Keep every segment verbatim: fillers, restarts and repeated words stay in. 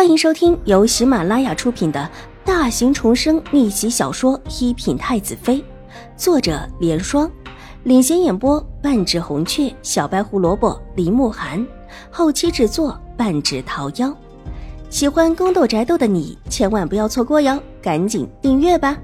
欢迎收听由喜马拉雅出品的大型重生逆袭小说《一品太子妃》，作者莲霜，领衔演播半指红雀、小白胡萝卜、林慕寒，后期制作半指桃夭。喜欢宫斗宅斗的你千万不要错过哟，赶紧订阅吧。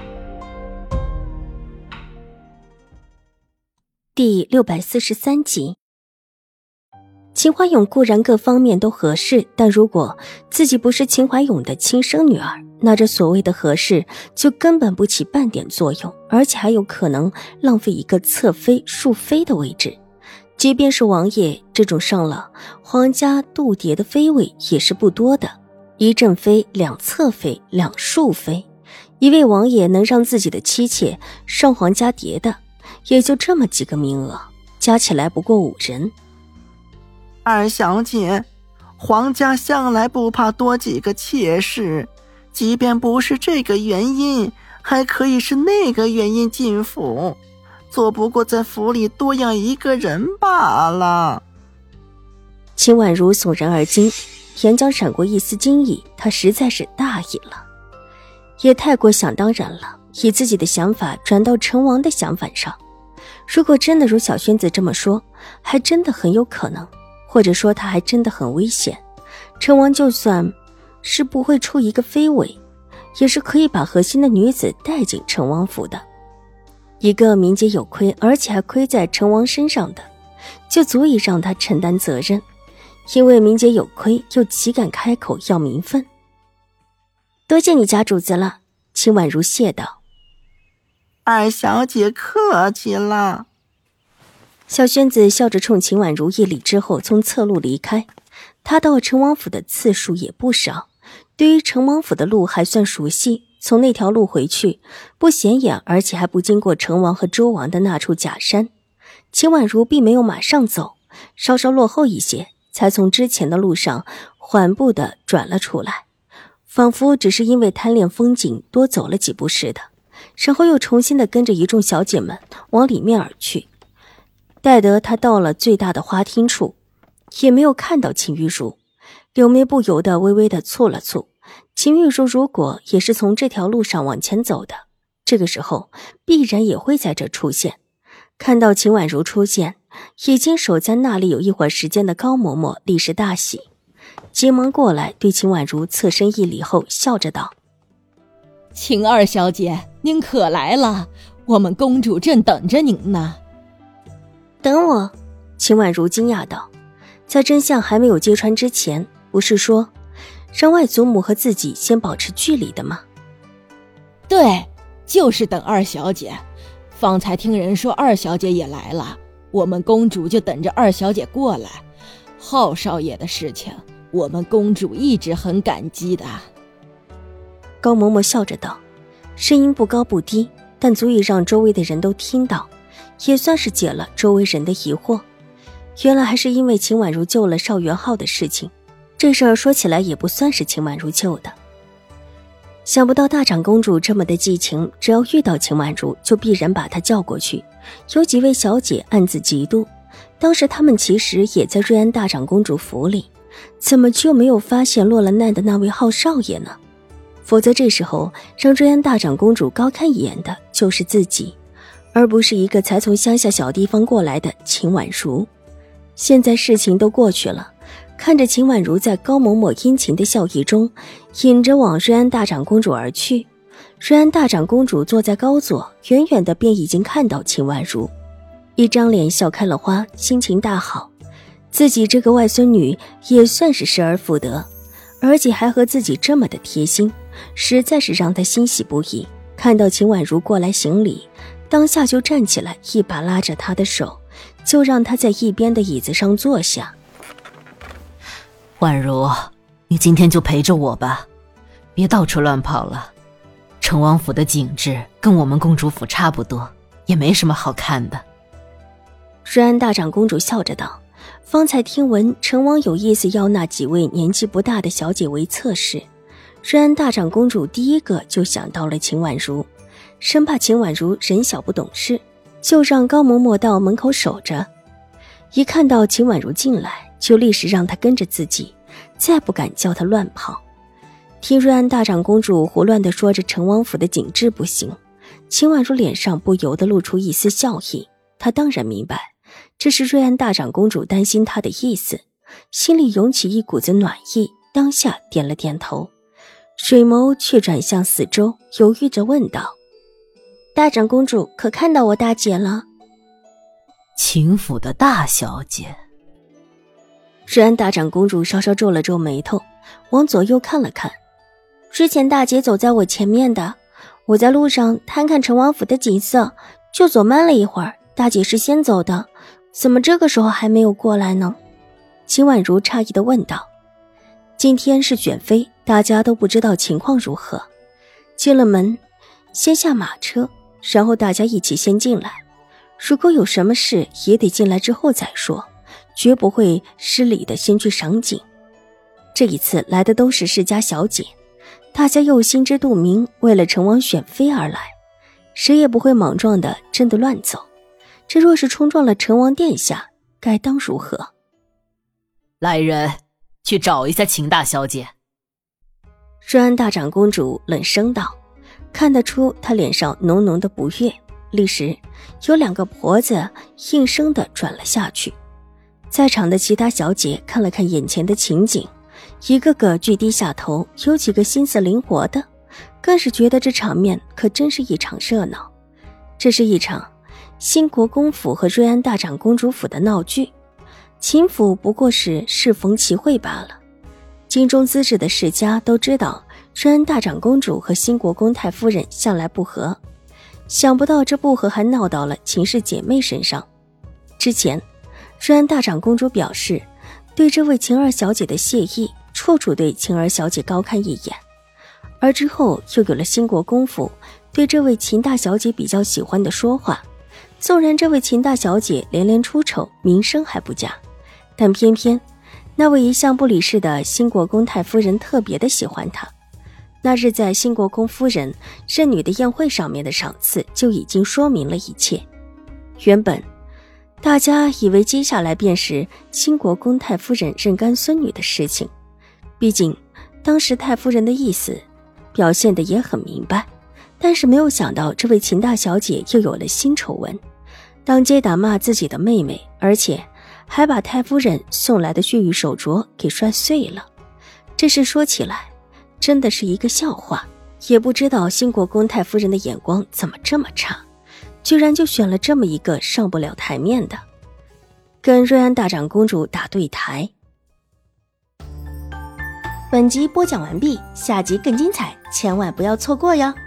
第六百四十三集。秦怀勇固然各方面都合适，但如果自己不是秦怀勇的亲生女儿，那这所谓的合适就根本不起半点作用，而且还有可能浪费一个侧妃、庶妃的位置。即便是王爷这种上了皇家度牒的妃位也是不多的，一正妃、两侧妃、两庶妃，一位王爷能让自己的妻妾上皇家牒的也就这么几个名额，加起来不过五人。 二小姐，皇家向来不怕多几个妾室，即便不是这个原因，还可以是那个原因进府，做不过在府里多养一个人罢了。 秦婉如悚然而惊，眼角闪过一丝惊异，她实在是大意了，也太过想当然了，以自己的想法转到成王的想法上。如果真的如小轩子这么说，还真的很有可能，或者说他还真的很危险。成王就算是不会出一个妃位，也是可以把核心的女子带进成王府的。一个名节有亏，而且还亏在成王身上的，就足以让他承担责任。因为名节有亏，又岂敢开口要名分？多谢你家主子了，秦婉如谢道。 二小姐客气了。 小轩子笑着冲秦婉如一礼之后从侧路离开。他到成王府的次数也不少，对于成王府的路还算熟悉，从那条路回去不显眼，而且还不经过成王和周王的那处假山。秦婉如并没有马上走，稍稍落后一些，才从之前的路上缓步地转了出来，仿佛只是因为贪恋风景多走了几步似的，然后又重新地跟着一众小姐们往里面而去。待得他到了最大的花厅处，也没有看到秦玉茹，柳眉不由得微微地蹙了蹙。秦玉茹如果也是从这条路上往前走的，这个时候必然也会在这出现。看到秦婉如出现，已经守在那里有一会儿时间的高嬷嬷立时大喜，急忙过来对秦婉如侧身一礼后笑着道： 秦二小姐，您可来了，我们公主正等着您呢。 等我？秦婉如惊讶道，在真相还没有揭穿之前，不是说让外祖母和自己先保持距离的吗？ 对，就是等二小姐。方才听人说二小姐也来了，我们公主就等着二小姐过来。浩少爷的事情，我们公主一直很感激的。 高嬷嬷笑着道，声音不高不低，但足以让周围的人都听到，也算是解了周围人的疑惑。原来还是因为秦婉如救了邵元浩的事情，这事儿说起来也不算是秦婉如救的。想不到大长公主这么的寄情，只要遇到秦婉如就必然把她叫过去。有几位小姐暗自嫉妒，当时她们其实也在瑞安大长公主府里，怎么就没有发现落了难的那位浩少爷呢？否则这时候让瑞安大长公主高看一眼的就是自己，而不是一个才从乡下小地方过来的秦婉如。现在事情都过去了，看着秦婉如在高嬷嬷殷勤的笑意中引着往瑞安大长公主而去。瑞安大长公主坐在高座，远远的便已经看到秦婉如，一张脸笑开了花，心情大好。自己这个外孙女也算是失而复得，而且还和自己这么的贴心，实在是让她欣喜不已。看到秦婉如过来行礼，当下就站起来，一把拉着她的手，就让她在一边的椅子上坐下。 婉如，你今天就陪着我吧，别到处乱跑了。成王府的景致跟我们公主府差不多，也没什么好看的。 瑞安大长公主笑着道，方才听闻成王有意思要那几位年纪不大的小姐为侧室，瑞安大长公主第一个就想到了秦婉如，生怕秦婉如人小不懂事，就让高嬷嬷到门口守着。一看到秦婉如进来，就立时让她跟着自己， 再不敢叫他乱跑。听瑞安大长公主胡乱地说着成王府的景致不行，秦婉如脸上不由得露出一丝笑意。她当然明白这是瑞安大长公主担心她的意思，心里涌起一股子暖意，当下点了点头，水眸却转向四周，犹豫着问道：大长公主可看到我大姐了？ 秦府的大小姐。 瑞安大长公主稍稍皱了皱眉头，往左右看了看。之前大姐走在我前面的，我在路上探看成王府的景色，就走慢了一会儿，大姐是先走的，怎么这个时候还没有过来呢？秦婉如诧异地问道。今天是选妃，大家都不知道情况如何。进了门，先下马车，然后大家一起先进来。如果有什么事，也得进来之后再说，绝不会失礼的先去赏景。这一次来的都是世家小姐，大家又心知肚明，为了成王选妃而来，谁也不会莽撞的真的乱走。这若是冲撞了成王殿下，该当如何？ 来人，去找一下秦大小姐。 瑞安大长公主冷声道，看得出她脸上浓浓的不悦。立时有两个婆子应声地转了下去。在场的其他小姐看了看眼前的情景，一个个俱低下头，有几个心思灵活的更是觉得这场面可真是一场热闹。这是一场兴国公府和瑞安大长公主府的闹剧，秦府不过是适逢其会罢了。京中资质的世家都知道瑞安大长公主和兴国公太夫人向来不和，想不到这不和还闹到了秦氏姐妹身上。之前瑞安大长公主表示对这位秦二小姐的谢意，处处对秦二小姐高看一眼，而之后又有了兴国公府对这位秦大小姐比较喜欢的说话。纵然这位秦大小姐连连出丑，名声还不佳，但偏偏那位一向不理事的兴国公太夫人特别的喜欢她。那日在兴国公夫人认女的宴会上面的赏赐就已经说明了一切。原本大家以为接下来便是兴国公太夫人认干孙女的事情，毕竟当时太夫人的意思表现得也很明白，但是没有想到这位秦大小姐又有了新丑闻，当街打骂自己的妹妹，而且还把太夫人送来的血玉手镯给摔碎了。这事说起来真的是一个笑话，也不知道兴国公太夫人的眼光怎么这么差，居然就选了这么一个上不了台面的，跟瑞安大长公主打对台。本集播讲完毕，下集更精彩，千万不要错过哟。